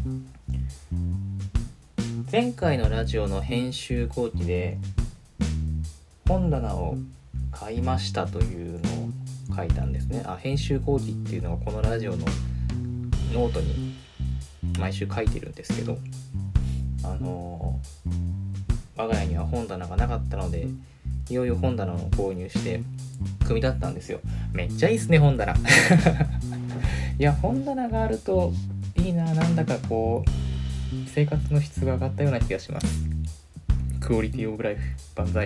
前回のラジオの編集後期で本棚を買いましたというのを書いたんですね。編集後期っていうのはこのラジオのノートに毎週書いてるんですけど、我が家には本棚がなかったので、いよいよ本棚を購入して組み立てたんですよ。めっちゃいいっすね、本棚。いや、本棚があるといいな。なんだかこう生活の質が上がったような気がします。クオリティオブライフ万歳。い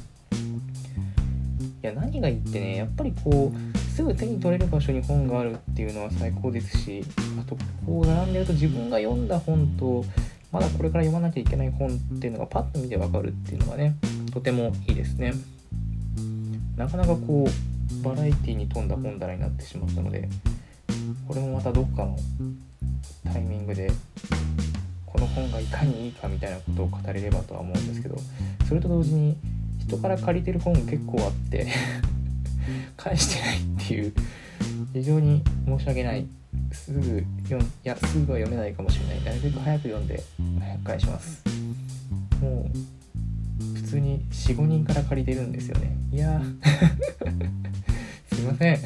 や、何がいいってね、やっぱりこうすぐ手に取れる場所に本があるっていうのは最高ですし、あとこう並んでると自分が読んだ本とまだこれから読まなきゃいけない本っていうのがパッと見てわかるっていうのがね、とてもいいですね。なかなかこうバラエティに富んだ本棚になってしまったので、これもまたどっかのタイミングでこの本がいかにいいかみたいなことを語れればとは思うんですけど、それと同時に人から借りてる本結構あって返してないっていう、非常に申し訳ない。すぐは読めないかもしれない。なるべく早く読んで早く返します。もう普通に 4,5 人から借りてるんですよね。いやすいません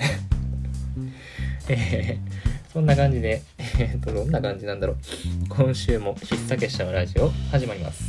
そんな感じでどんな感じなんだろう。今週も喫茶結社のラジオ始まります。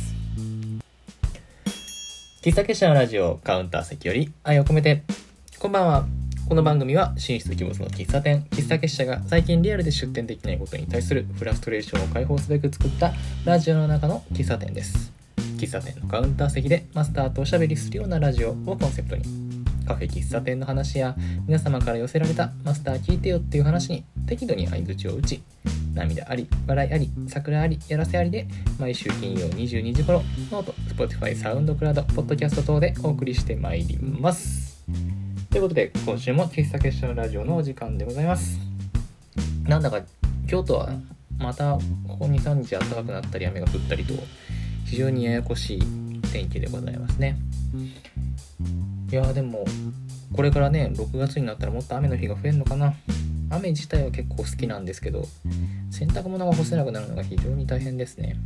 喫茶結社のラジオ、カウンター席より愛を込めて。こんばんは。この番組は進出鬼没の喫茶店、喫茶結社が最近リアルで出店できないことに対するフラストレーションを解放すべく作ったラジオの中の喫茶店です。喫茶店のカウンター席でマスターとおしゃべりするようなラジオをコンセプトに、カフェ喫茶店の話や皆様から寄せられたマスター聞いてよっていう話に適度に相槌を打ち、涙あり、笑いあり、桜あり、やらせありで毎週金曜22時頃ノート、Spotify、サウンドクラウド、ポッドキャスト等でお送りしてまいります。ということで今週も喫茶結社のラジオのお時間でございます。なんだか京都はまたここ 2,3 日暖かくなったり雨が降ったりと非常にややこしい天気でございますね。いやでもこれからね6月になったらもっと雨の日が増えるのかな。雨自体は結構好きなんですけど、洗濯物が干せなくなるのが非常に大変ですね。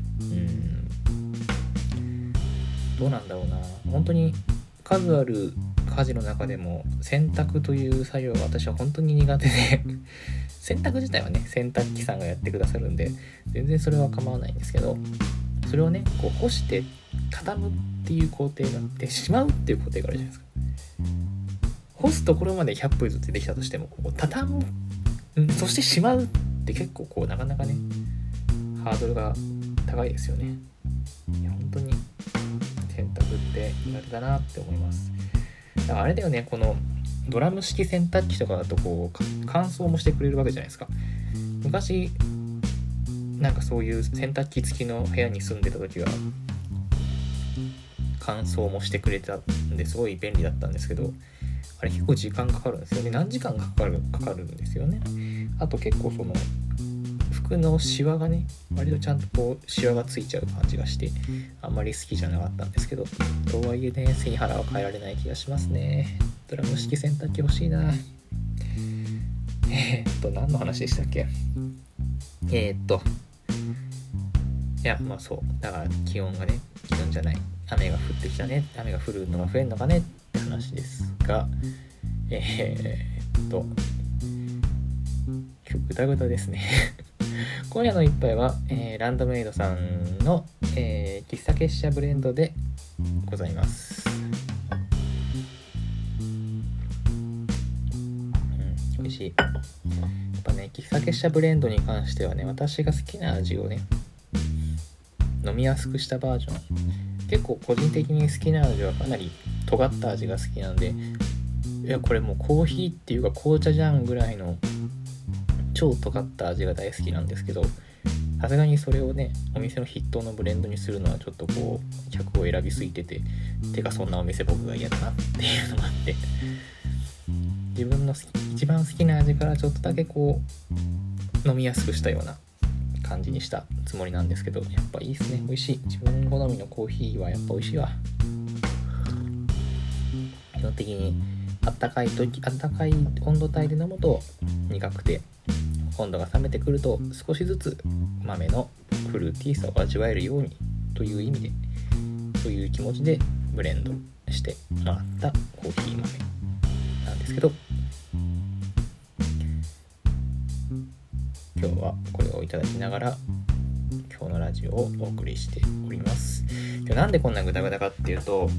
どうなんだろうな。本当に数ある家事の中でも洗濯という作業が私は本当に苦手で洗濯自体はね洗濯機さんがやってくださるんで全然それは構わないんですけど、それをねこう干して畳むっていう工程があって、しまうっていう工程があるじゃないですか。干すところまで100歩譲ってできたとしても、こう畳む、そしてしまうって結構こうなかなかねハードルが高いですよね。いや本当に洗濯って苦手だなって思います。だからあれだよね、このドラム式洗濯機とかだとこう乾燥もしてくれるわけじゃないですか。昔なんかそういう洗濯機付きの部屋に住んでた時は乾燥もしてくれたんですごい便利だったんですけど、あれ結構時間かかるんですよね。何時間かかるんですよね。あと結構その服のシワがね割とちゃんとこうシワがついちゃう感じがしてあんまり好きじゃなかったんですけど、とはいえね背に腹は変えられない気がしますね。ドラム式洗濯機欲しいな。何の話でしたっけ。いやまあそうだから気温じゃない、雨が降ってきたね、雨が降るのが増えるのかねって話ですが、今日グダグダですね今夜の一杯は、ランドメイドさんの、喫茶結社ブレンドでございます。美味しい。やっぱね喫茶結社ブレンドに関してはね、私が好きな味をね飲みやすくしたバージョン、結構個人的に好きな味はかなり尖った味が好きなんで、いやこれもうコーヒーっていうか紅茶じゃんぐらいの超尖った味が大好きなんですけど、さすがにそれをねお店の筆頭のブレンドにするのはちょっとこう客を選びすぎてて、てかそんなお店僕が嫌だなっていうのがあって、自分の一番好きな味からちょっとだけこう飲みやすくしたような感じにしたつもりなんですけど、やっぱいいですね。美味しい。自分好みのコーヒーはやっぱ美味しいわ。基本的にあったかい温度帯で飲むと苦くて温度が冷めてくると少しずつ豆のフルーティーさを味わえるようにという意味で、そういう気持ちでブレンドしてもらったコーヒー豆なんですけど、今日はこれをいただきながら今日のラジオをお送りしております。今日なんでこんなグダグダかっていうと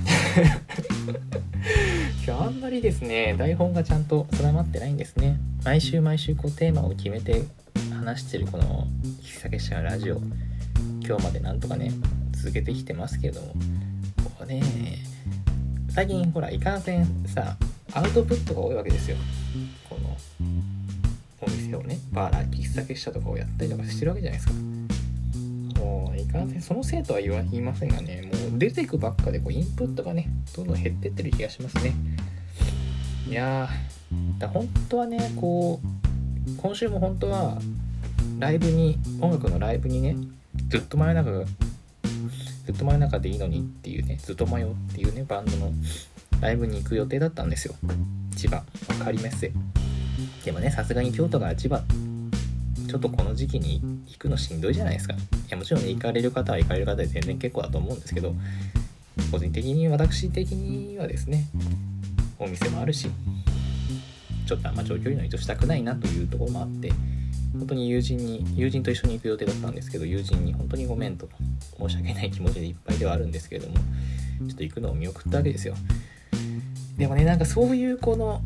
今日あんまりですね台本がちゃんと定まってないんですね。毎週こうテーマを決めて話してるこの喫茶結社のラジオ、今日までなんとかね続けてきてますけれども、こうね最近ほらいかんせんさアウトプットが多いわけですよ。このお店をねバーラー喫茶結社とかをやったりとかしてるわけじゃないですか。もういかんせんそのせいとは言いませんがね、もう出ていくばっかでこうインプットがねどんどん減ってってる気がしますね。いやー本当はねこう今週も本当は音楽のライブにねずっと真夜中でいいのにっていうね、ずっと迷うっていうねバンドのライブに行く予定だったんですよ。千葉仮メッセでもね、さすがに京都から千葉ちょっとこの時期に行くのしんどいじゃないですか。いやもちろんね行かれる方は行かれる方で全然結構だと思うんですけど、私的にはですねお店もあるしちょっとあんま長距離の移動したくないなというところもあって、本当に友人と一緒に行く予定だったんですけど、友人に本当にごめんと申し訳ない気持ちでいっぱいではあるんですけれども、ちょっと行くのを見送ったわけですよ。でもねなんかそういうこの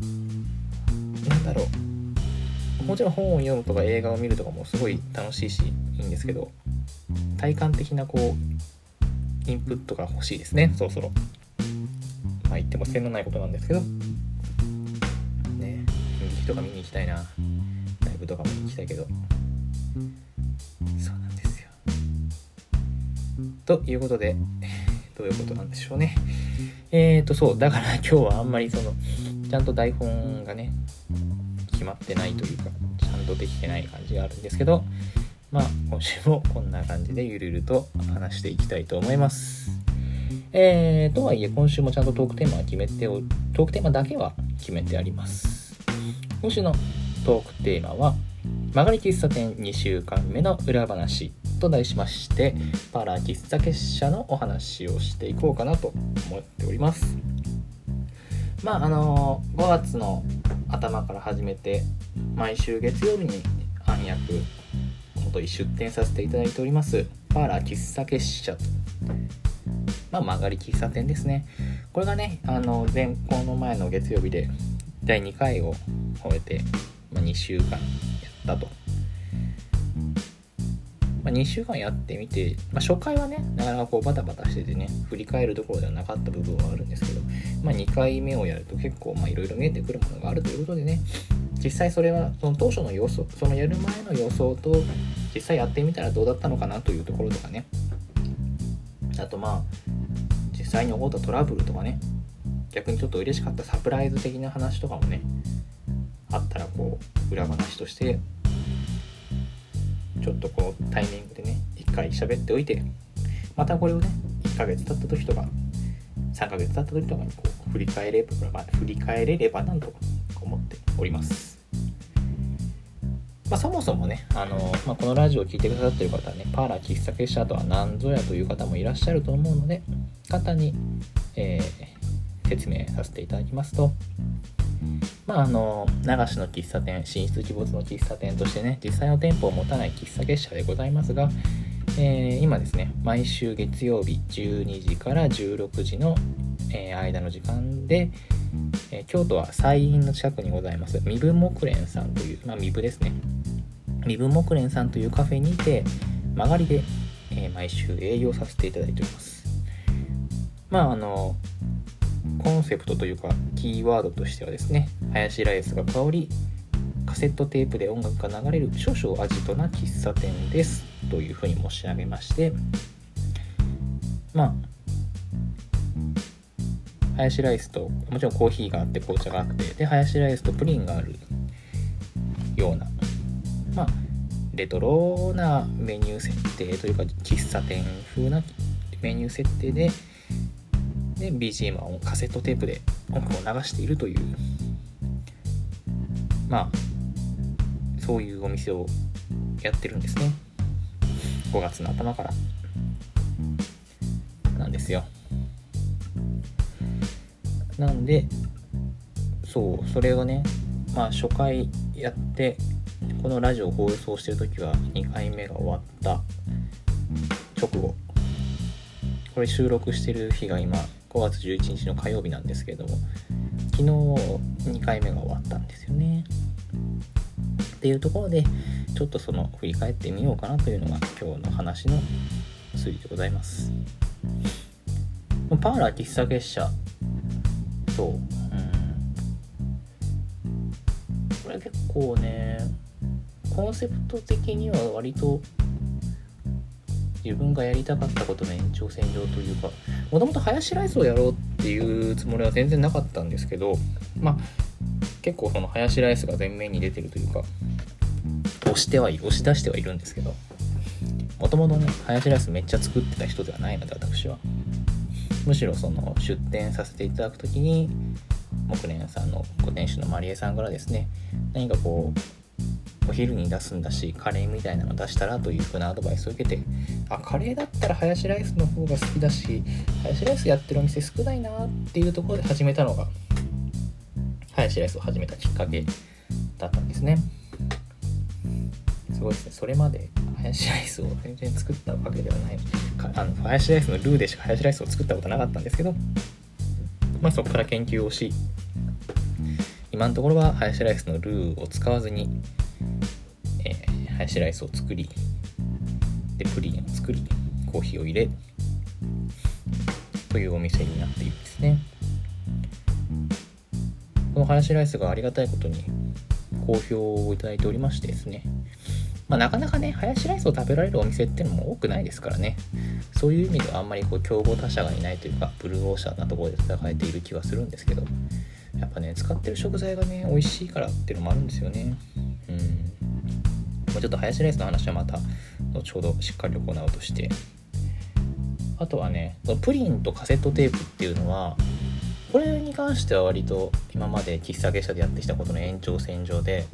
もちろん本を読むとか映画を見るとかもすごい楽しいしいいんですけど、体感的なこうインプットが欲しいですね。そろそろまあ言っても線のないことなんですけどね、演劇とか見に行きたいな、ライブとかも行きたいけど、そうなんですよ。ということでどういうことなんでしょうね。そうだから今日はあんまりちゃんと台本がね決まってないというかちゃんとできてない感じがあるんですけど、まあ今週もこんな感じでゆるゆると話していきたいと思います。とはいえ今週もちゃんとトークテーマだけは決めてあります。今週のトークテーマは曲がり喫茶店2週間目の裏話と題しまして、パラ喫茶結社のお話をしていこうかなと思っております。5月の頭から始めて毎週月曜日に暗躍出店させていただいておりますパーラー喫茶結社と、曲がり喫茶店ですね。これがねこの前の月曜日で第2回を終えて、2週間やったと。2週間やってみて、初回はねなかなかこうバタバタしててね振り返るどころではなかった部分はあるんですけど、2回目をやると結構いろいろ見えてくるものがあるということでね、実際それはその当初の様子、そのやる前の予想と実際やってみたらどうだったのかなというところとかね、あと実際に起こったトラブルとかね、逆にちょっと嬉しかったサプライズ的な話とかもねあったらこう裏話としてちょっとこうタイミングでね一回喋っておいて、またこれをね1ヶ月経った時とか3ヶ月経った時とかにこう振り返れればなと思っております。そもそもねこのラジオを聞いてくださっている方はねパーラー喫茶結社とは何ぞやという方もいらっしゃると思うので、簡単に、説明させていただきますと、流しの喫茶店、進出鬼没の喫茶店としてね実際の店舗を持たない喫茶結社でございますが、今ですね毎週月曜日12時から16時の、間の時間で、京都は西院の近くにございます身分木蓮さんという、身分ですね、身分木蓮さんというカフェにて曲がりで、毎週営業させていただいております。コンセプトというかキーワードとしてはですね、ハヤシライスが香りカセットテープで音楽が流れる少々味とな喫茶店ですというふうに申し上げまして、ハヤシライスともちろんコーヒーがあって紅茶があって、でハヤシライスとプリンがあるようなレトロなメニュー設定というか喫茶店風なメニュー設定でBGM はカセットテープで音楽を流しているというそういうお店をやってるんですね。5月の頭からなんですよ。なんでそれがね、初回やってこのラジオを放送してる時は2回目が終わった直後、これ収録してる日が今5月11日の火曜日なんですけれども、昨日2回目が終わったんですよね。っていうところでちょっとその振り返ってみようかなというのが今日の話の推理でございます。パーラー喫茶結社、これ結構ね、コンセプト的には割と自分がやりたかったことの延長線上というか、もともとハヤシライスをやろうっていうつもりは全然なかったんですけど、結構そのハヤシライスが前面に出てるというか、押し出してはいるんですけど、もともとねハヤシライスめっちゃ作ってた人ではないので、私はむしろその出店させていただくときに木蓮さんのご店主のマリエさんからですね、何かこうお昼に出すんだしカレーみたいなの出したらというふうなアドバイスを受けて、カレーだったらハヤシライスの方が好きだし、ハヤシライスやってるお店少ないなっていうところで始めたのがハヤシライスを始めたきっかけだったんですね。すごいですね。それまでハヤシライスを全然作ったわけではない、ハヤシライスのルーでしかハヤシライスを作ったことなかったんですけど、そこから研究をし、今のところはハヤシライスのルーを使わずに、ハヤシライスを作り、でプリンを作り、コーヒーを入れというお店になっているんですね。このハヤシライスがありがたいことに好評をいただいておりましてですね、なかなかねハヤシライスを食べられるお店っていうのも多くないですからね、そういう意味ではあんまり競合他社がいないというか、ブルーオーシャンなところで戦えている気はするんですけど、やっぱね使ってる食材がね美味しいからっていうのもあるんですよね。ちょっとハヤシライスの話はまた後ほどしっかり行うとして、あとはねプリンとカセットテープっていうのは、これに関しては割と今まで喫茶結社でやってきたことの延長線上で、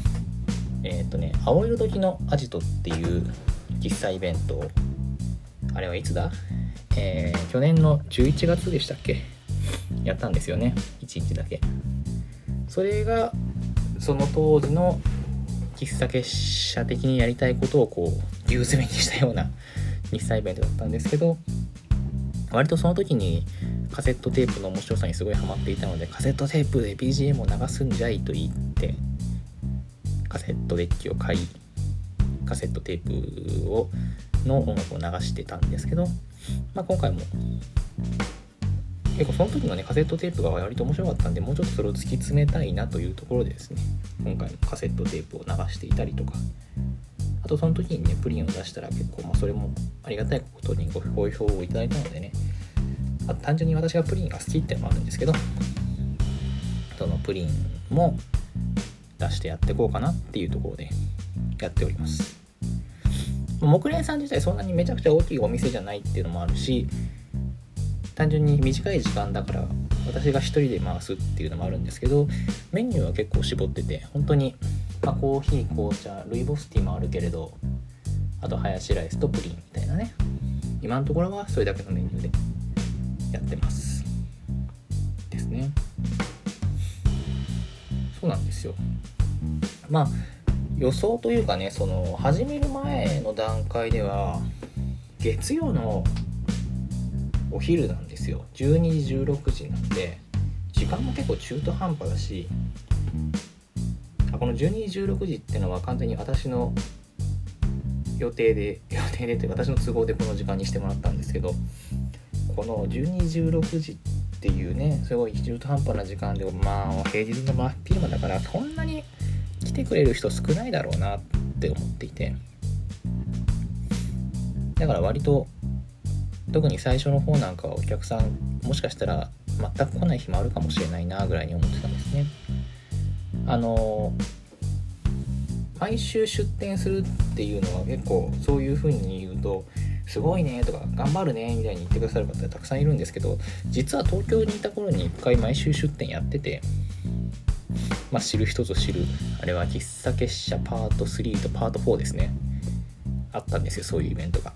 青色時のアジトっていう喫茶イベントを、あれはいつだ、去年の11月でしたっけ、やったんですよね、1日だけ。それがその当時の喫茶結社的にやりたいことを牛詰めにしたような日茶イベントだったんですけど、割とその時にカセットテープの面白さにすごいハマっていたので、カセットテープで BGM を流すんじゃいと言ってカセットデッキを買い、カセットテープの音楽を流してたんですけど、今回も結構その時のねカセットテープが割と面白かったんで、もうちょっとそれを突き詰めたいなというところでですね、今回もカセットテープを流していたりとか、あとその時にねプリンを出したら結構それもありがたいことにご好評をいただいたのでね、あと単純に私がプリンが好きっていうのもあるんですけど、そのプリンも出してやっていこうかなっていうところでやっております。木蓮さん自体そんなにめちゃくちゃ大きいお店じゃないっていうのもあるし、単純に短い時間だから私が一人で回すっていうのもあるんですけど、メニューは結構絞ってて、本当に、コーヒー、紅茶、ルイボスティーもあるけれど、あとハヤシライスとプリンみたいなね、今のところはそれだけのメニューでやってますですね。そうなんですよ。予想というかね、その始める前の段階では月曜のお昼なんですよ。12時16時なんで時間も結構中途半端だし、この12時16時っていうのは完全に私の予定でというか私の都合でこの時間にしてもらったんですけど、この12時16時っていうねすごい中途半端な時間で、平日の真っ昼間だからそんなに来てくれる人少ないだろうなって思っていて、だから割と特に最初の方なんかはお客さんもしかしたら全く来ない日もあるかもしれないなぐらいに思ってたんですね。毎週出店するっていうのは結構そういう風に言うとすごいねとか頑張るねみたいに言ってくださる方たくさんいるんですけど、実は東京にいた頃に1回毎週出店やってて、 知る人ぞ知るあれは喫茶結社パート3とパート4ですね、あったんですよ、そういうイベントが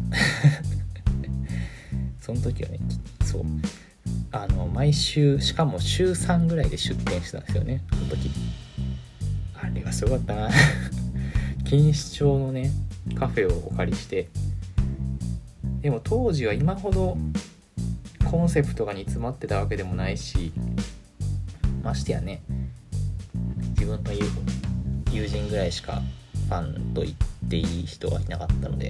その時はね、そう毎週、しかも週3ぐらいで出店してたんですよね、その時。あれはすごかったな錦糸町のねカフェをお借りして、でも当時は今ほどコンセプトが煮詰まってたわけでもないし、ましてやね、自分の友人ぐらいしかファンと言っていい人はいなかったので、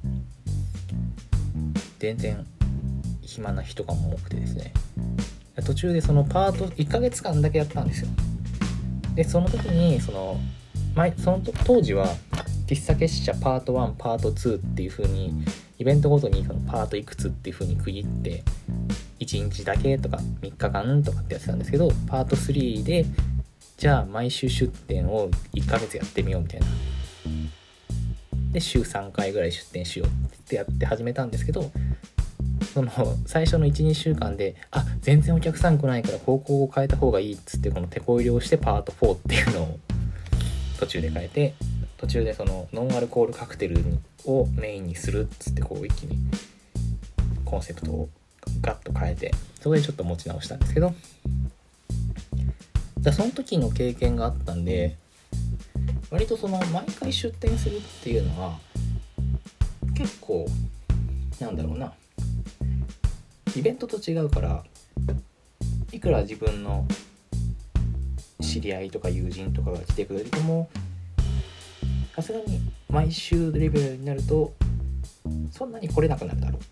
全然暇な日とかも多くてですね、途中でそのパート1ヶ月間だけやったんですよ。でその時にその当時は喫茶結社パート1パート2っていう風にイベントごとにそのパートいくつっていう風に区切って1日だけとか3日間とかってやってたんですけど、パート3でじゃあ毎週出店を1ヶ月やってみようみたいな。で週3回ぐらい出店しようってやって始めたんですけど、その最初の 1,2 週間で全然お客さん来ないから方向を変えた方がいいっつって、この手こ入れをしてパート4っていうのを途中で変えて、途中でそのノンアルコールカクテルをメインにするっつって、こう一気にコンセプトをガッと変えて、そこでちょっと持ち直したんですけど、その時の経験があったんで、割とその毎回出店するっていうのは結構イベントと違うから、いくら自分の知り合いとか友人とかが来てくれても、さすがに毎週レベルになるとそんなに来れなくなるだろう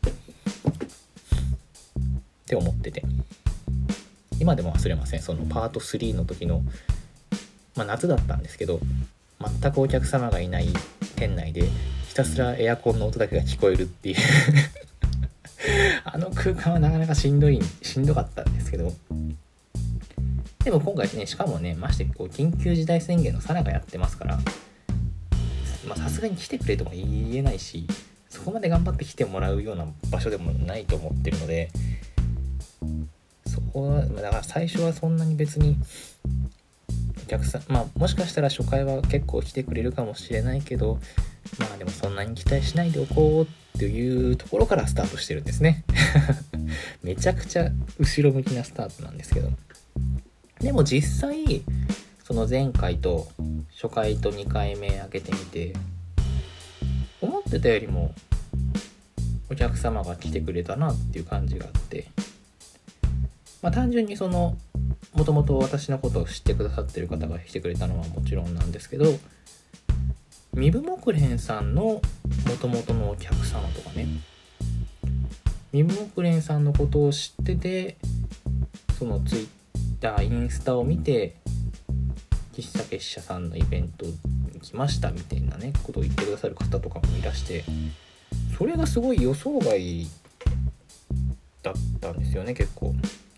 って思ってて、今でも忘れません。そのパート3の時の、夏だったんですけど、全くお客様がいない店内でひたすらエアコンの音だけが聞こえるっていうあの空間はなかなかしんどかったんですけど、でも今回ね、しかもね、まして緊急事態宣言のさなかやってますから、さすがに来てくれとも言えないし、そこまで頑張って来てもらうような場所でもないと思ってるので、そこはだから最初はそんなに別にお客さん、もしかしたら初回は結構来てくれるかもしれないけど、でもそんなに期待しないでおこうっていうところからスタートしてるんですねめちゃくちゃ後ろ向きなスタートなんですけど、でも実際その前回と初回と2回目開けてみて、思ってたよりもお客様が来てくれたなっていう感じがあって、単純にそのもともと私のことを知ってくださってる方が来てくれたのはもちろんなんですけど、ミブモクレンさんのもともとのお客様とかね、ミブモクレンさんのことを知ってて、そのツイッターインスタを見て喫茶結社さんのイベントに来ましたみたいなねことを言ってくださる方とかもいらして、それがすごい予想外だったんですよね。結構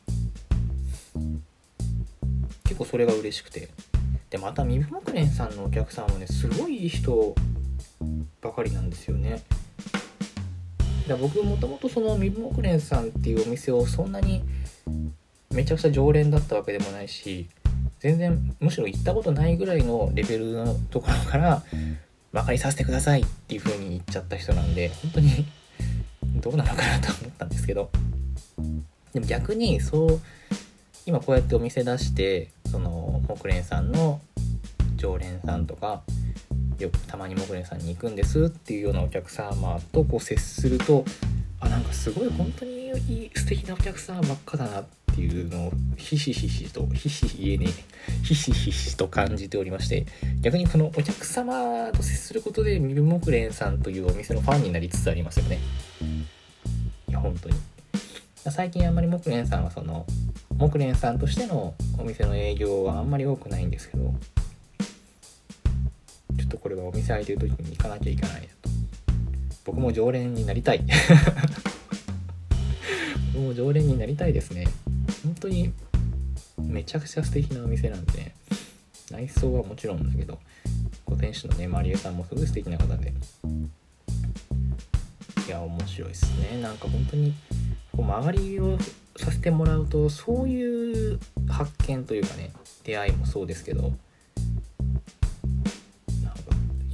それが嬉しくて、でまたミブモクレンさんのお客さんもね、すごいいい人ばかりなんですよね。僕もともとそのミブモクレンさんっていうお店をそんなにめちゃくちゃ常連だったわけでもないし、全然むしろ行ったことないぐらいのレベルのところから分かりさせてくださいっていう風に言っちゃった人なんで、本当にどうなのかなと思ったんですけど、でも逆に今こうやってお店出して、そのモクレンさんの常連さんとか、よくたまにモクレンさんに行くんですっていうようなお客様と接すると、なんかすごい本当に素敵なお客さんばっかだなっていうのをひしひしと感じておりまして、逆にこのお客様と接することでミブモクレンさんというお店のファンになりつつありますよね。いや本当に最近あんまりモクレンさんはそのモクレンさんとしてのお店の営業はあんまり多くないんですけど、ちょっとこれはお店開いてる時に行かなきゃいけないなと。僕も常連になりたい僕も常連になりたいですね。本当にめちゃくちゃ素敵なお店なんで、ね、内装はもちろんだけど、店主のねマリエさんもすごい素敵な方で、いや面白いですね。なんか本当に曲がりをさせてもらうと、そういう発見というかね、出会いもそうですけど、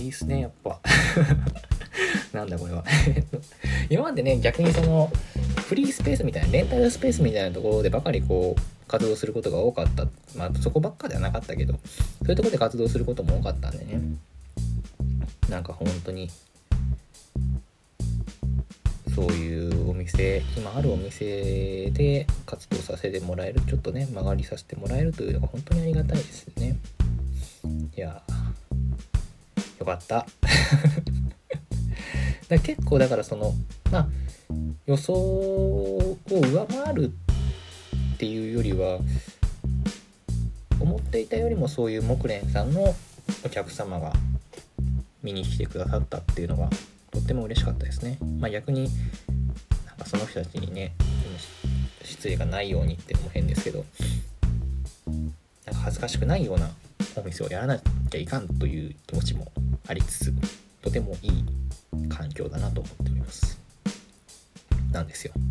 いいっすねやっぱなんだこれは今までね逆にそのフリースペースみたいなレンタルスペースみたいなところでばかりこう活動することが多かった。まあそこばっかではなかったけど、そういうところで活動することも多かったんでね、なんか本当にそういうお店、今あるお店で活動させてもらえる、ちょっとね曲がりさせてもらえるというのが本当にありがたいですね。いやよかっただ結構だからそのまあ予想を上回るっていうよりは、思っていたよりもそういう木蓮さんのお客様が見に来てくださったっていうのがとっても嬉しかったですね。まあ逆になんかその人たちにね失礼がないようにっていうのも変ですけど、なんか恥ずかしくないようなお店をやらなきゃいかんという気持ちもありつつ、とてもいい環境だなと思っておりますなんですよ。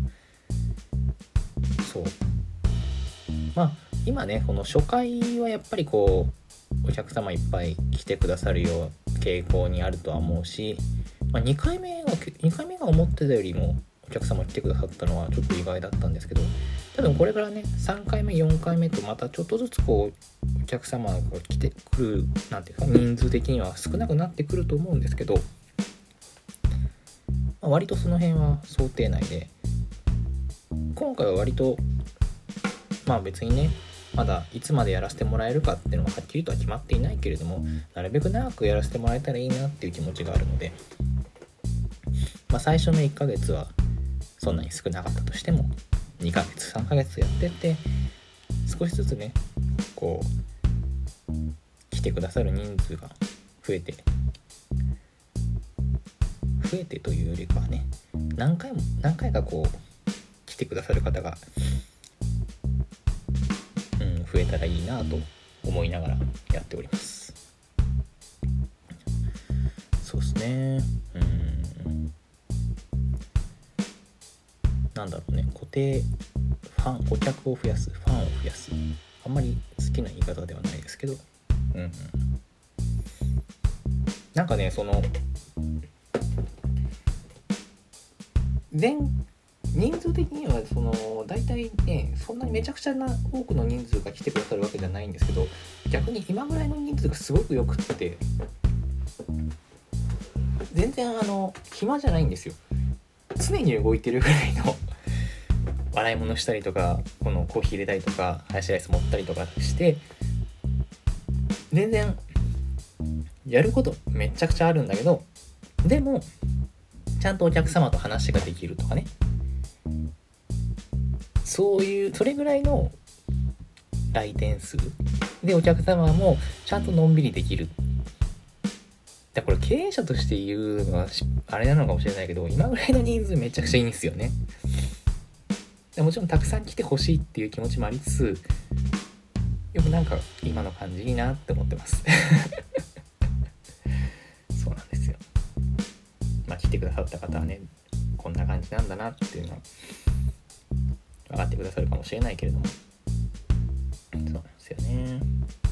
そうまあ今ねこの初回はやっぱりこうお客様いっぱい来てくださるよう傾向にあるとは思うし、まあ、2回目が思ってたよりもお客様来てくださったのはちょっと意外だったんですけど、多分これからね3回目4回目とまたちょっとずつこうお客様が来てくるなんていうか人数的には少なくなってくると思うんですけど、まあ、割とその辺は想定内で、今回は割とまあ別にねまだいつまでやらせてもらえるかっていうのははっきりとは決まっていないけれども、なるべく長くやらせてもらえたらいいなっていう気持ちがあるので、まあ最初の1ヶ月はそんなに少なかったとしても2ヶ月3ヶ月やってって少しずつねこう来てくださる人数が増えてというよりかはね、何回かこう来てくださる方が増えたらいいなと思いながらやっております。そうですね。なんだろうね、固定顧客を増やす、ファンを増やす、あんまり好きな言い方ではないですけど、なんかねその人数的にはその大体ねそんなにめちゃくちゃな多くの人数が来てくださるわけじゃないんですけど、逆に今ぐらいの人数がすごくよくって全然暇じゃないんですよ。常に動いてるぐらいの笑い物したりとか、このコーヒー入れたりとかハヤシライス持ったりとかして全然やることめちゃくちゃあるんだけど、でもちゃんとお客様と話ができるとかね、そういうそれぐらいの来店数でお客様もちゃんとのんびりできる。だからこれ経営者として言うのはあれなのかもしれないけど、今ぐらいの人数めちゃくちゃいいんですよね。でもちろんたくさん来てほしいっていう気持ちもありつつ、よくなんか今の感じいいなって思ってますそうなんですよ。まあ来てくださった方はねこんな感じなんだなっていうのは分かってくださるかもしれないけれども、そうなんですよね。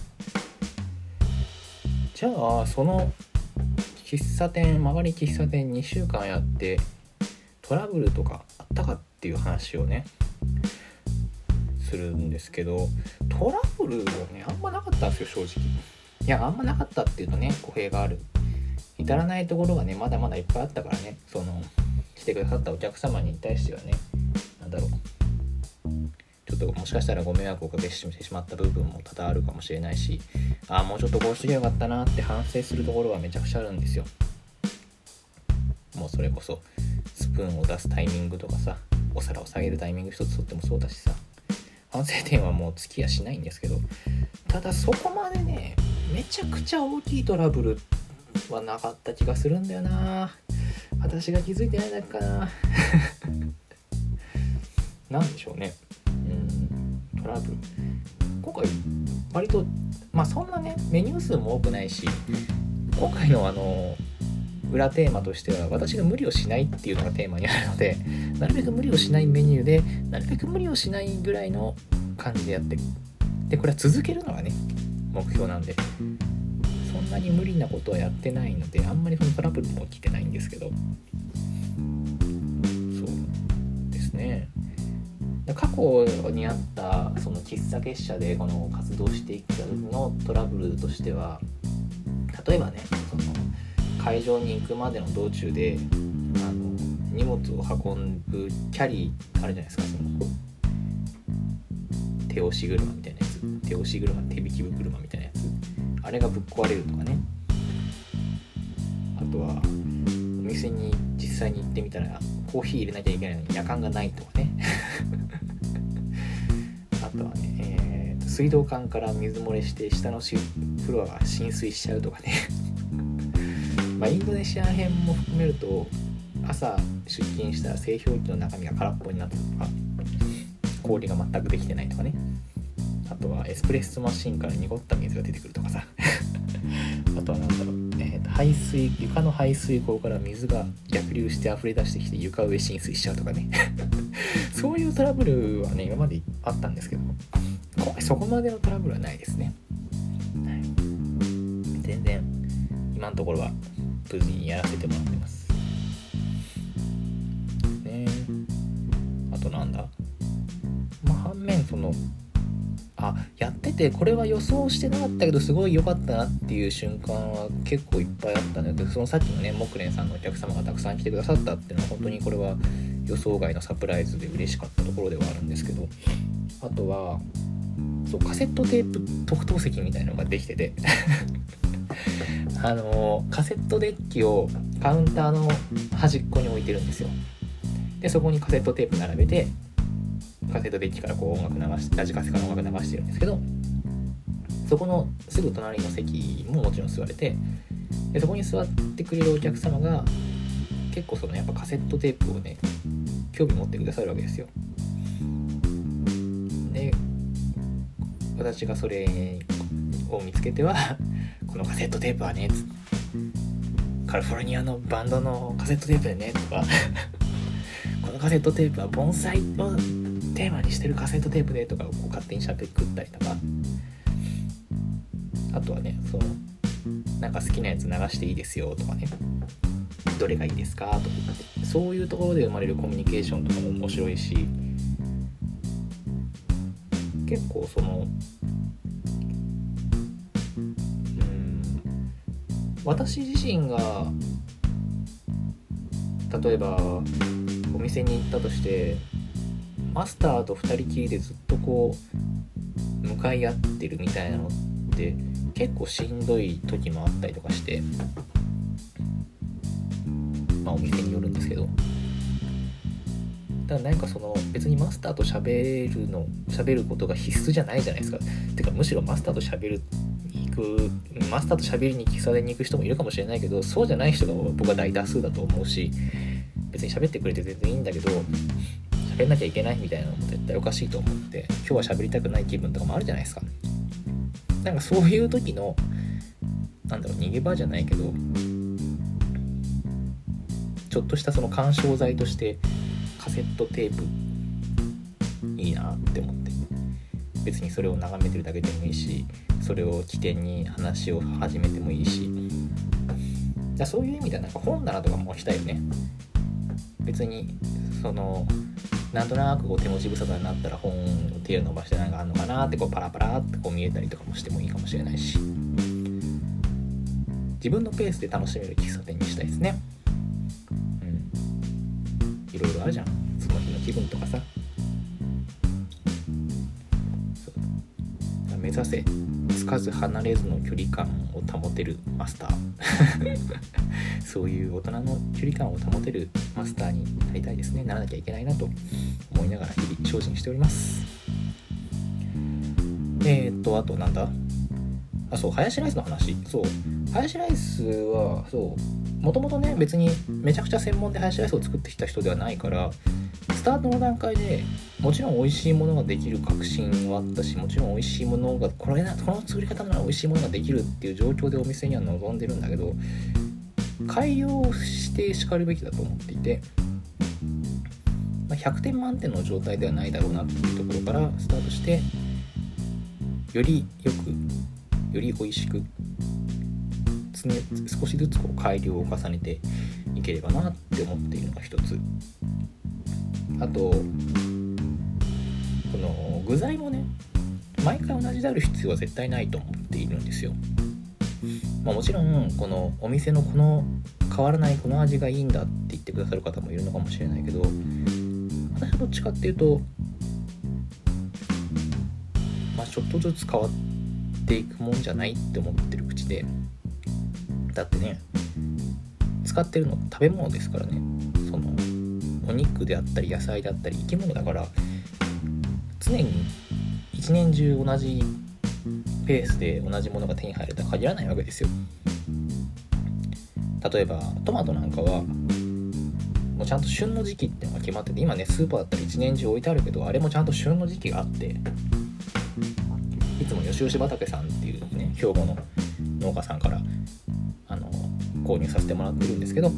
じゃあその曲がり喫茶店2週間やってトラブルとかあったかっていう話をねするんですけど、トラブルはねあんまなかったんですよ正直。いやあんまなかったっていうとね語弊がある、至らないところがねまだまだいっぱいあったからね、その来てくださったお客様に対してはね、なんだろう、ちょっともしかしたらご迷惑をおかけしてしまった部分も多々あるかもしれないし、もうちょっとこうしてよかったなって反省するところはめちゃくちゃあるんですよ。もうそれこそスプーンを出すタイミングとかさ、お皿を下げるタイミング一つとってもそうだしさ、反省点はもう尽きやしないんですけど、ただそこまでねめちゃくちゃ大きいトラブルはなかった気がするんだよな。私が気づいてないだけかななんでしょうね。トラブル今回割とそんなねメニュー数も多くないし、今回の裏テーマとしては私が無理をしないっていうのがテーマにあるので、なるべく無理をしないメニューでなるべく無理をしないぐらいの感じでやって、でこれは続けるのがね目標なんで、そんんなに無理なことはやってないので、あんまりそのトラブルも起きてないんですけど、そうですね。過去にあったその喫茶結社でこの活動していく時のトラブルとしては、例えばね、その会場に行くまでの道中で荷物を運ぶキャリーあるじゃないですか、その手押し車みたいなやつ、手押し車、手引き車みたいなやつ、あれがぶっ壊れるとかね。あとはお店に実際に行ってみたらコーヒー入れなきゃいけないのに夜間がないとかねあとはね、水道管から水漏れして下のフロアが浸水しちゃうとかねまあインドネシア編も含めると、朝出勤したら製氷機の中身が空っぽになったとか、氷が全くできてないとかね。あとはエスプレッソマシンから濁った水が出てくるとかさあとはなんだろう、床の排水口から水が逆流して溢れ出してきて床上浸水しちゃうとかねそういうトラブルはね今まであったんですけど、今回そこまでのトラブルはないですね、はい、全然今のところは無事にやらせてもらってますね。あとなんだ、反面そのやっててこれは予想してなかったけどすごい良かったなっていう瞬間は結構いっぱいあったんだけど、そのさっきのね木蓮さんのお客様がたくさん来てくださったっていうのは本当にこれは予想外のサプライズで嬉しかったところではあるんですけど、あとはそうカセットテープ特等席みたいなのができててカセットデッキをカウンターの端っこに置いてるんですよ。でそこにカセットテープ並べてカセットデッキからこう音楽流しラジカセから音楽流してるんですけど、そこのすぐ隣の席ももちろん座れて、でそこに座ってくれるお客様が結構そのやっぱカセットテープをね興味持ってくださるわけですよ。で私がそれを見つけてはこのカセットテープはねカリフォルニアのバンドのカセットテープでねとかこのカセットテープは盆栽をテーマにしてるカセットテープでとかをこう勝手に喋ってくったりとか、あとはねそのなんか好きなやつ流していいですよとかね、どれがいいですかとかって、そういうところで生まれるコミュニケーションとかも面白いし、結構その私自身が例えばお店に行ったとしてマスターと2人きりでずっとこう向かい合ってるみたいなのって結構しんどい時もあったりとかして、お店によるんですけど、だからなんかその別にマスターと喋ることが必須じゃないじゃないですか。てかむしろマスターと喋りに喫茶店に行く人もいるかもしれないけど、そうじゃない人が僕は大多数だと思うし、別に喋ってくれて全然いいんだけど喋んなきゃいけないみたいなのも絶対おかしいと思って、今日は喋りたくない気分とかもあるじゃないですか。なんかそういう時の逃げ場じゃないけど、ちょっとしたその緩衝材としてカセットテープいいなって思って、別にそれを眺めてるだけでもいいし、それを起点に話を始めてもいいし、そういう意味ではなんか本棚とかもしたいよね。別にそのなんとなくこう手持ち無沙汰になったら本を手を伸ばして何かあるのかなってこうパラパラってこう見えたりとかもしてもいいかもしれないし、自分のペースで楽しめる喫茶店にしたいですね。いろいろあるじゃん、その日の気分とかさ。目指せつかず離れずの距離感を保てるマスターそういう大人の距離感を保てるマスターになりたいですね。ならなきゃいけないなと思いながら日々精進しております。あとなんだ、そうハヤシライスの話。そうハヤシライスはもともとね別にめちゃくちゃ専門でハヤシライスを作ってきた人ではないから、スタートの段階でもちろん美味しいものができる確信はあったし、もちろん美味しいものがこの作り方なら美味しいものができるっていう状況でお店には臨んでるんだけど、改良してしかるべきだと思っていて、100点満点の状態ではないだろうなっていうところからスタートして、よりよくより美味しく少しずつこう改良を重ねていければなって思っているのが一つ。あとこの具材もね毎回同じである必要は絶対ないと思っているんですよ。もちろんこのお店のこの変わらないこの味がいいんだって言ってくださる方もいるのかもしれないけど、私はどっちかっていうと、ちょっとずつ変わっていくもんじゃないって思ってる口で、だってね使ってるの食べ物ですからね。そのお肉であったり野菜であったり生き物だから、常に一年中同じペースで同じものが手に入るとは限らないわけですよ。例えばトマトなんかはもうちゃんと旬の時期っていうのが決まってて、今ねスーパーだったら一年中置いてあるけど、あれもちゃんと旬の時期があって、いつもよしよし畑さんっていうね兵庫の農家さんから購入させてもらってるんですけど、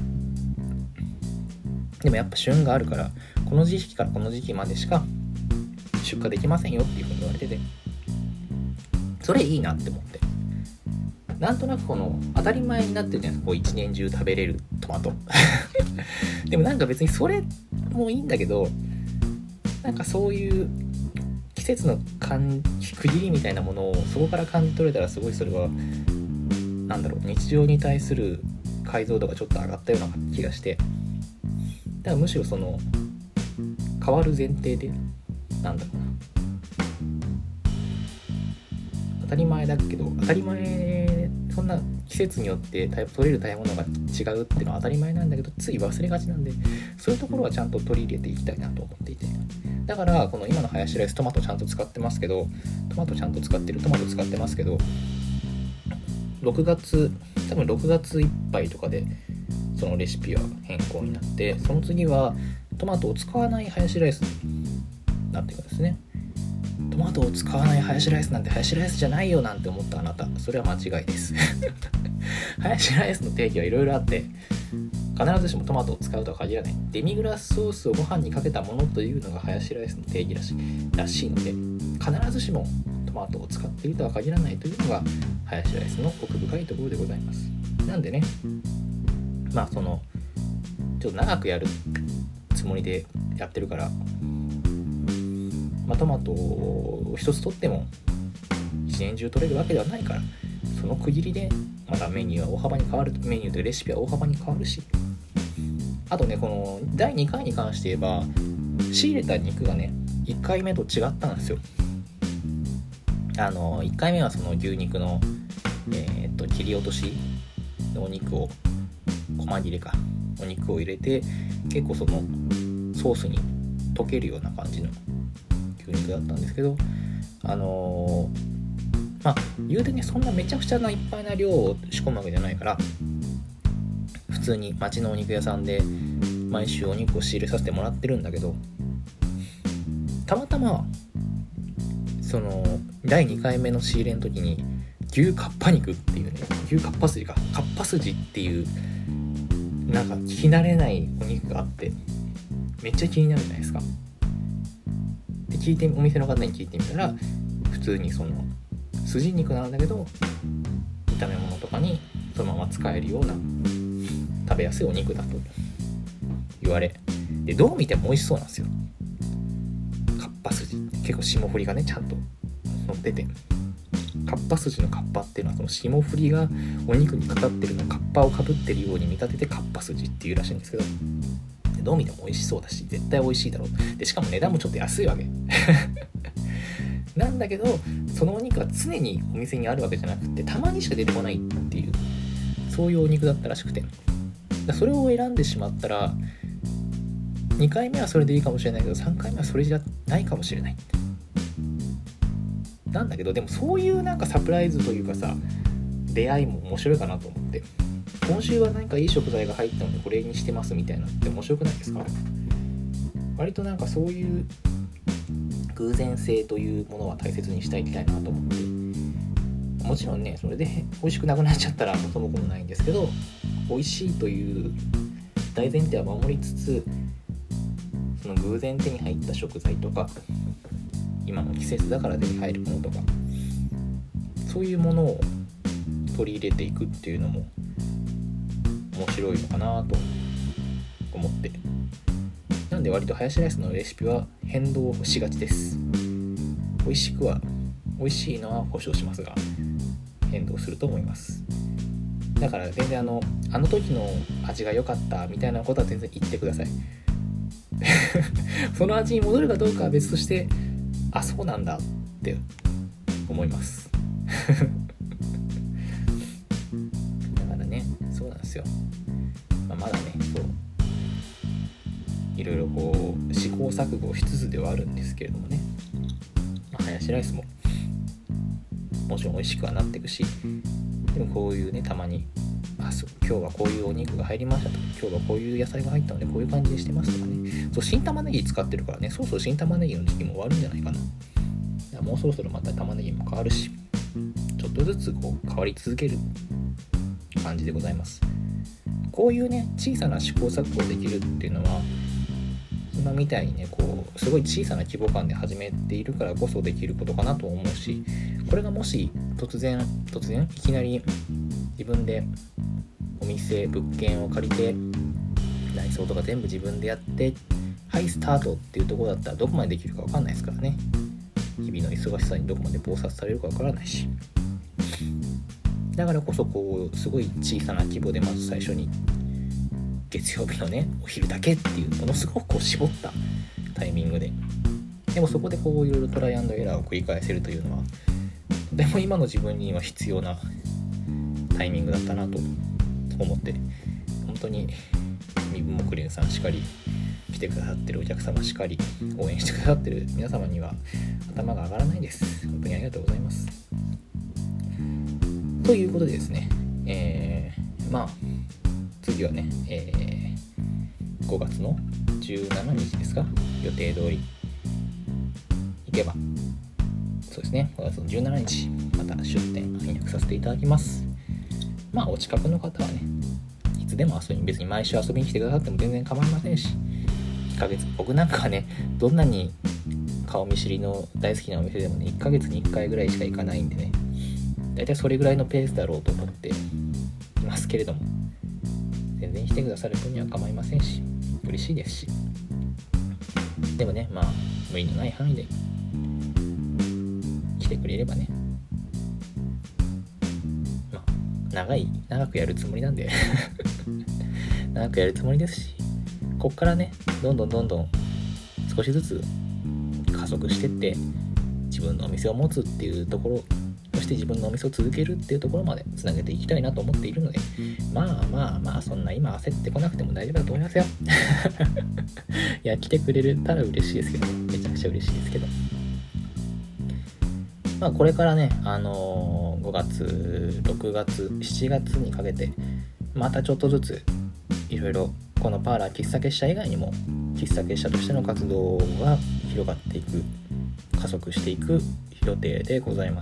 でもやっぱ旬があるからこの時期からこの時期までしか出荷できませんよっていうふうに言われてて、それいいなって思って、なんとなくこの当たり前になってるじゃないですか、こう一年中食べれるトマトでもなんか別にそれもいいんだけど、なんかそういう季節の区切りみたいなものをそこから感じ取れたら、すごいそれは日常に対する解像度がちょっと上がったような気がして、だからむしろその変わる前提で当たり前だけど、当たり前、そんな季節によって取れる食べ物が違うっていうのは当たり前なんだけど、つい忘れがちなんで、そういうところはちゃんと取り入れていきたいなと思っていて、だからこの今のハヤシライストマトちゃんと使ってますけど、トマト使ってますけど、多分6月いっぱいとかでそのレシピは変更になって、その次はトマトを使わないハヤシライスになっていくんですね。トマトを使わないハヤシライスなんてハヤシライスじゃないよなんて思ったあなた、それは間違いですハヤシライスの定義はいろいろあって、必ずしもトマトを使うとは限らない。デミグラスソースをご飯にかけたものというのがハヤシライスの定義らしいので、必ずしもトマトを使っているとは限らないというのがハヤシライスの奥深いところでございます。なんでね、そのちょっと長くやるつもりでやってるから、トマトを一つ取っても一年中取れるわけではないから、その区切りでまたメニューは大幅に変わる、メニューとレシピは大幅に変わるし、あとね、この第2回に関して言えば仕入れた肉がね1回目と違ったんですよ。1回目はその牛肉の、切り落としのお肉を細切れお肉を入れて、結構そのソースに溶けるような感じの牛肉だったんですけど、言うてね、そんなめちゃくちゃないっぱいな量を仕込むわけじゃないから、普通に町のお肉屋さんで毎週お肉を仕入れさせてもらってるんだけど、たまたまその第2回目の仕入れの時に牛かっぱ肉っていうね、牛かっぱ筋っていうなんか聞き慣れないお肉があって、めっちゃ気になるじゃないですか。でお店の方に聞いてみたら、普通にその筋肉なんだけど炒め物とかにそのまま使えるような食べやすいお肉だと言われ、でどう見ても美味しそうなんですよ。かっぱ筋結構霜降りがねちゃんと乗ってて、かっぱ筋のかっぱっていうのはその霜降りがお肉にかかってるのをかっぱをかぶってるように見立ててかっぱ筋っていうらしいんですけど、どう見ても美味しそうだし絶対美味しいだろう。でしかも値段もちょっと安いわけなんだけど、そのお肉は常にお店にあるわけじゃなくて、たまにしか出てこないっていう、そういうお肉だったらしくて、それを選んでしまったら2回目はそれでいいかもしれないけど、3回目はそれじゃないかもしれないなんだけど、でもそういうなんかサプライズというかさ、出会いも面白いかなと思って、今週は何かいい食材が入ったのでこれにしてますみたいなのって面白くないですか？割となんかそういう偶然性というものは大切にしていきたいなと思って、もちろんねそれで美味しくなくなっちゃったら元も子もないんですけど、美味しいという大前提は守りつつ、その偶然手に入った食材とか今の季節だから手に入るものとか、そういうものを取り入れていくっていうのも面白いのかなと思って、なんで割とハヤシライスのレシピは変動しがちです。美味しいのは保証しますが変動すると思います。だから全然あの時の味が良かったみたいなことは全然言ってくださいその味に戻るかどうかは別として、あ、そうなんだって思いますだからね、そうなんですよ。まだね、そういろいろこう試行錯誤しつつではあるんですけれどもね、ハヤシライスももちろん美味しくはなっていくし、でもこういうね、たまに今日はこういうお肉が入りましたとか、今日はこういう野菜が入ったのでこういう感じでしてますとかね。そう、新玉ねぎ使ってるからね、そろそろ新玉ねぎの時期も終わるんじゃないかな。もうそろそろまた玉ねぎも変わるし、ちょっとずつこう変わり続ける感じでございます。こういうね、小さな試行錯誤できるっていうのは、今みたいにね、こうすごい小さな規模感で始めているからこそできることかなと思うし、これがもし突然いきなり自分でお店物件を借りて内装とか全部自分でやってはいスタートっていうところだったらどこまでできるか分かんないですからね。日々の忙しさにどこまで忙殺されるか分からないし、だからこそこうすごい小さな規模でまず最初に月曜日のねお昼だけっていうものすごくこう絞ったタイミングで、でもそこでこういろいろトライアンドエラーを繰り返せるというのはとても今の自分には必要なタイミングだったなと思って、本当に身分もクレンさんしかり、来てくださってるお客様しかり、応援してくださってる皆様には頭が上がらないです。本当にありがとうございます。ということでですね、次はね、5月の17日ですか、予定通り行けば、そうですね、5月の17日また出店暗躍させていただきます。お近くの方はね、いつでも別に毎週遊びに来てくださっても全然構いませんし、1ヶ月、僕なんかはね、どんなに顔見知りの大好きなお店でもね、1ヶ月に1回ぐらいしか行かないんでね、だいたいそれぐらいのペースだろうと思っていますけれども、全然来てくださる分には構いませんし、嬉しいですし、でもね、無理のない範囲で来てくれればね、長くやるつもりなんで長くやるつもりですし、こっからね、どんどん少しずつ加速してって自分のお店を持つっていうところ、そして自分のお店を続けるっていうところまでつなげていきたいなと思っているので、そんな今焦ってこなくても大丈夫だと思いますよいや、来てくれたら嬉しいですけど、めちゃくちゃ嬉しいですけど、これからね、5月、6月、7月にかけてまたちょっとずついろいろこのパーラー喫茶結社以外にも喫茶結社としての活動が広がっていく、加速していく予定でございます。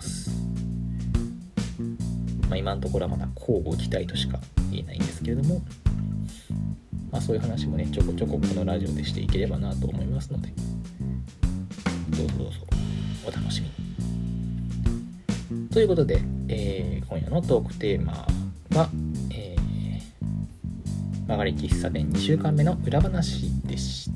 今のところはまだ交互期待としか言えないんですけれども、そういう話もね、ちょこちょここのラジオでしていければなと思いますので、どうぞお楽しみに。ということで、今夜のトークテーマは、曲がり喫茶店2週間目の裏話でした。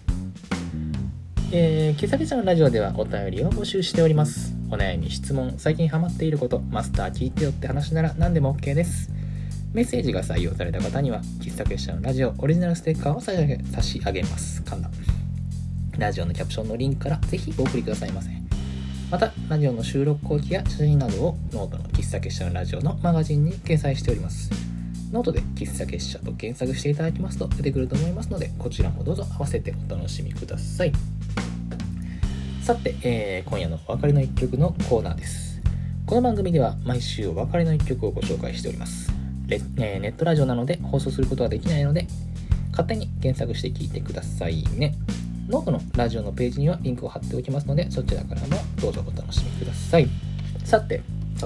喫茶店のラジオではお便りを募集しております。お悩み、質問、最近ハマっていること、マスター聞いてよって話なら何でも OK です。メッセージが採用された方には喫茶結社のラジオオリジナルステッカーを差し上げます。ラジオのキャプションのリンクからぜひお送りくださいませ。またラジオの収録後期や写真などをノートの喫茶結社のラジオのマガジンに掲載しております。ノートで喫茶結社と検索していただきますと出てくると思いますので、こちらもどうぞ合わせてお楽しみください。さて、今夜のお別れの一曲のコーナーです。この番組では毎週お別れの一曲をご紹介しております。ネットラジオなので放送することはできないので、勝手に検索して聞いてくださいね。ノートのラジオのページにはリンクを貼っておきますので、そちらからもどうぞお楽しみください。さて、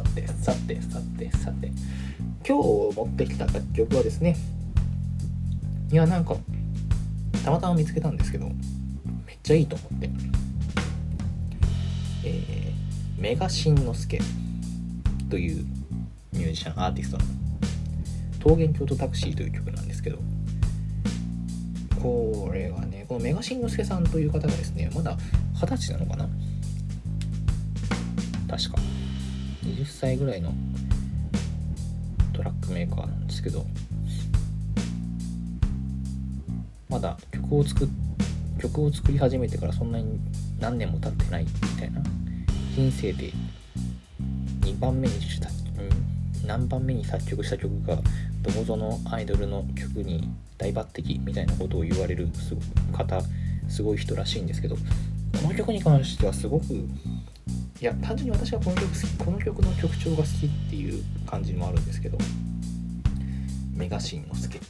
今日持ってきた楽曲はですね、なんかたまたま見つけたんですけど、めっちゃいいと思って、メガしんのすけというミュージシャンアーティストの桃源郷とタクシーという曲なんですけど、これはね、このメガシンのすけさんという方がですね、まだ20歳なのかな、確か20歳ぐらいのトラックメーカーなんですけど、まだ曲を作り始めてからそんなに何年も経ってないみたいな、人生で何番目に作曲した曲がどこぞのアイドルの曲に大抜擢みたいなことを言われるすごい人らしいんですけど、この曲に関してはすごく、いや単純に私はこの曲の曲調が好きっていう感じもあるんですけど、メガシンのすけ、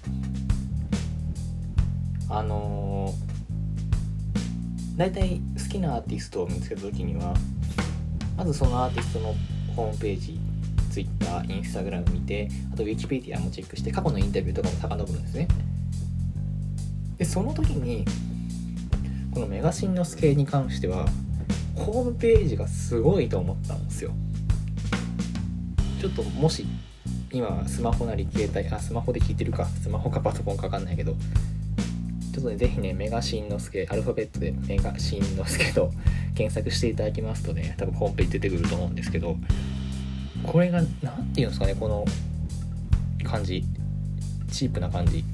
だいたい好きなアーティストを見つけた時には、まずそのアーティストのホームページ、Twitter、Instagram 見て、あと Wikipedia もチェックして、過去のインタビューとかも遡るんですね。でその時にこのメガシンのすけに関してはホームページがすごいと思ったんですよ。ちょっともし今スマホなり携帯、スマホで聞いてるか、スマホかパソコンか分かんないけど、ちょっとね、ぜひね、メガシンのすけ、アルファベットでメガシンのすけと検索していただきますとね、多分ホームページ出てくると思うんですけど、これがなんていうんですかね、この感じ、チープな感じ、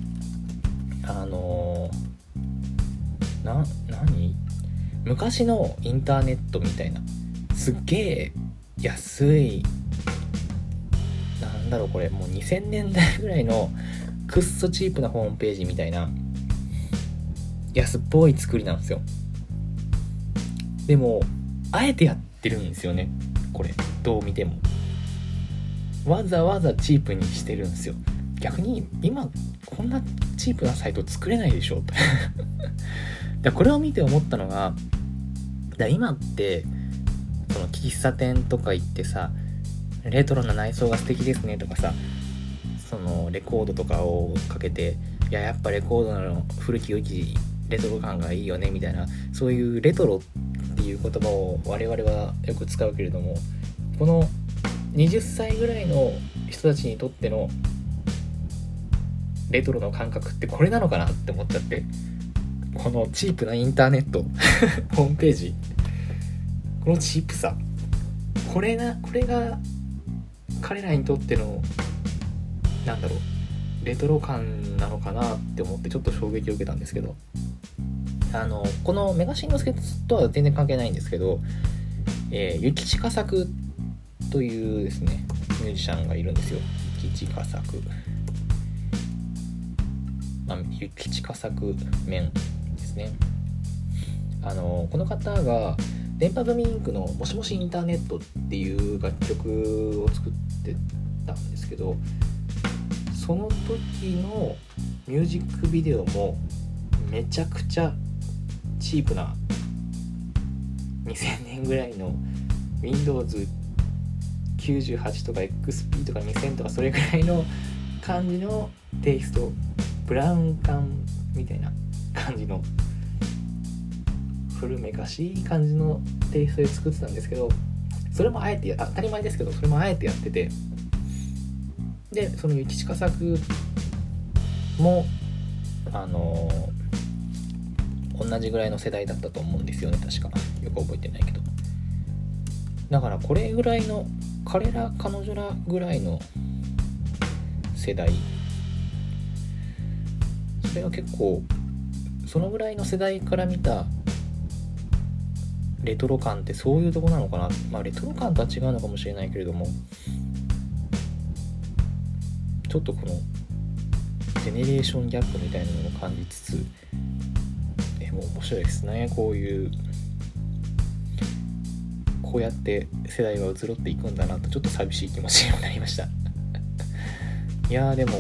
昔のインターネットみたいな、すっげえ安い、なんだろうこれ、もう2000年代ぐらいのくっそチープなホームページみたいな安っぽい作りなんですよ。でもあえてやってるんですよね、これどう見てもわざわざチープにしてるんですよ。逆に今こんなチープなサイト作れないでしょとこれを見て思ったのが、今ってその喫茶店とか行ってさ、レトロな内装が素敵ですねとかさ、そのレコードとかをかけて、やっぱレコードの古き良きレトロ感がいいよねみたいな、そういうレトロっていう言葉を我々はよく使うけれども、この20歳ぐらいの人たちにとってのレトロの感覚ってこれなのかなって思っちゃって、このチープなインターネットホームページ、このチープさ、これが彼らにとってのなんだろう、レトロ感なのかなって思ってちょっと衝撃を受けたんですけど、このメガシンのすけとは全然関係ないんですけど、諭吉佳作というですねミュージシャンがいるんですよ。諭吉佳作、諭吉佳作面ですね。この方が電波組インクのもしもしインターネットっていう楽曲を作ってたんですけど、その時のミュージックビデオもめちゃくちゃチープな2000年ぐらいの Windows 98とか XP とか2000とかそれぐらいの感じのテイスト、ブラウン管みたいな感じの古めかしい感じのテイストで作ってたんですけど、それもあえて当たり前ですけど、それもあえてやってて、でその諭吉佳作も同じぐらいの世代だったと思うんですよね、確か。よく覚えてないけど。だからこれぐらいの彼女らぐらいの世代、それは結構そのぐらいの世代から見たレトロ感ってそういうとこなのかな。レトロ感とは違うのかもしれないけれども、ちょっとこのジェネレーションギャップみたいなのを感じつつ、もう面白いですね。こうやって世代は移ろっていくんだなと、ちょっと寂しい気持ちにもなりましたいやでも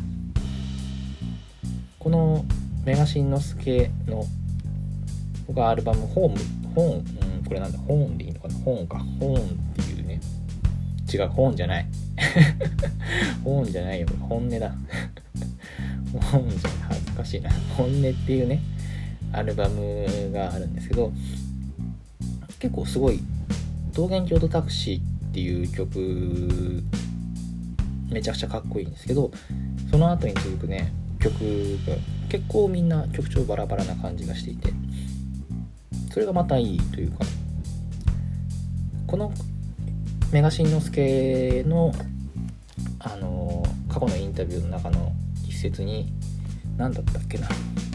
このメガシンのすけの僕はアルバムこれなんだ、本でいいのかな、本っていうね、違う、本じゃない本じゃないよ、本音だ本じゃない、恥ずかしいな、本音っていうねアルバムがあるんですけど、結構すごい桃源郷とタクシーっていう曲めちゃくちゃかっこいいんですけど、その後に続くね曲が結構みんな曲調バラバラな感じがしていて、それがまたいいというか、このメガシンのすけの過去のインタビューの中の一節に何だったっけな、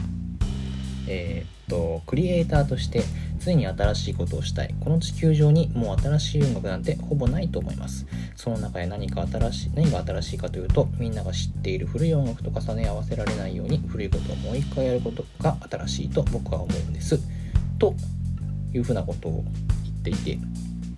クリエイターとして常に新しいことをしたい。この地球上にもう新しい音楽なんてほぼないと思います。その中で何が新しいかというと、みんなが知っている古い音楽と重ね合わせられないように古いことをもう一回やることが新しいと僕は思うんです、というふうなことを言っていて、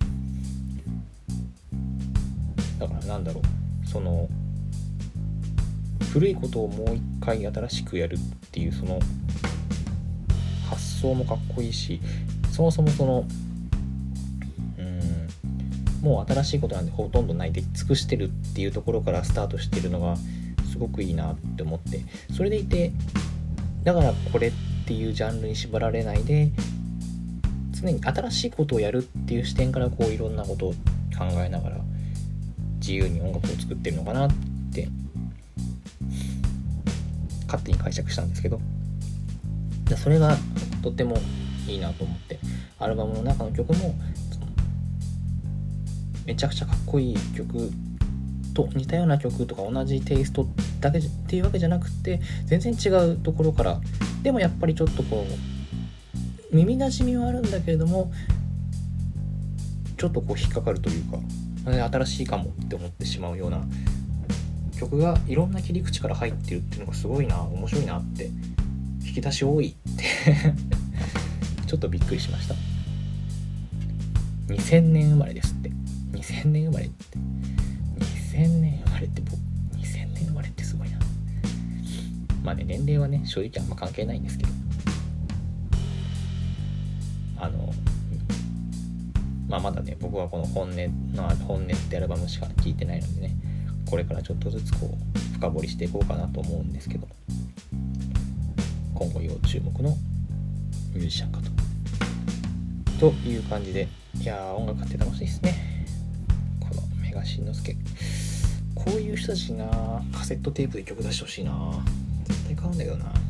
だからなんだろう、その古いことをもう一回新しくやるっていうその発想もかっこいいし、そもそもそのもう新しいことなんてほとんどないで尽くしてるっていうところからスタートしてるのがすごくいいなって思って、それでいてだからこれっていうジャンルに縛られないで常に新しいことをやるっていう視点からこういろんなことを考えながら自由に音楽を作ってるのかなって勝手に解釈したんですけど、それがとってもいいなと思って、アルバムの中の曲もめちゃくちゃかっこいい曲と似たような曲とか同じテイストだけっていうわけじゃなくて、全然違うところからでもやっぱりちょっとこう耳なじみはあるんだけれどもちょっとこう引っかかるというか、新しいかもって思ってしまうような曲がいろんな切り口から入ってるっていうのがすごいな、面白いなって、引き出し多いってちょっとびっくりしました。2000年生まれですって。2000年生まれって2000年生まれって2000年生まれってすごいな。まあね、年齢はね正直あんま関係ないんですけど、まだね僕はこの本音ってアルバムしか聴いてないのでね、これからちょっとずつこう深掘りしていこうかなと思うんですけど、今後要注目のミュージシャンかという感じで、いやー音楽って楽しいですね。このメガシンのすけ、こういう人たちな、カセットテープで曲出してほしいな、絶対買うんだけどな。はい、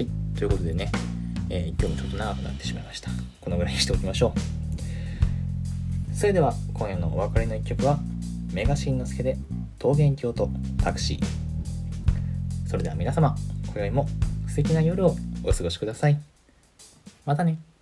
ということでね、今日もちょっと長くなってしまいました。このぐらいにしておきましょう。それでは今夜のお別れの一曲はメガシンのすけで桃源郷とタクシー。それでは皆様、今宵も素敵な夜をお過ごしください。またね。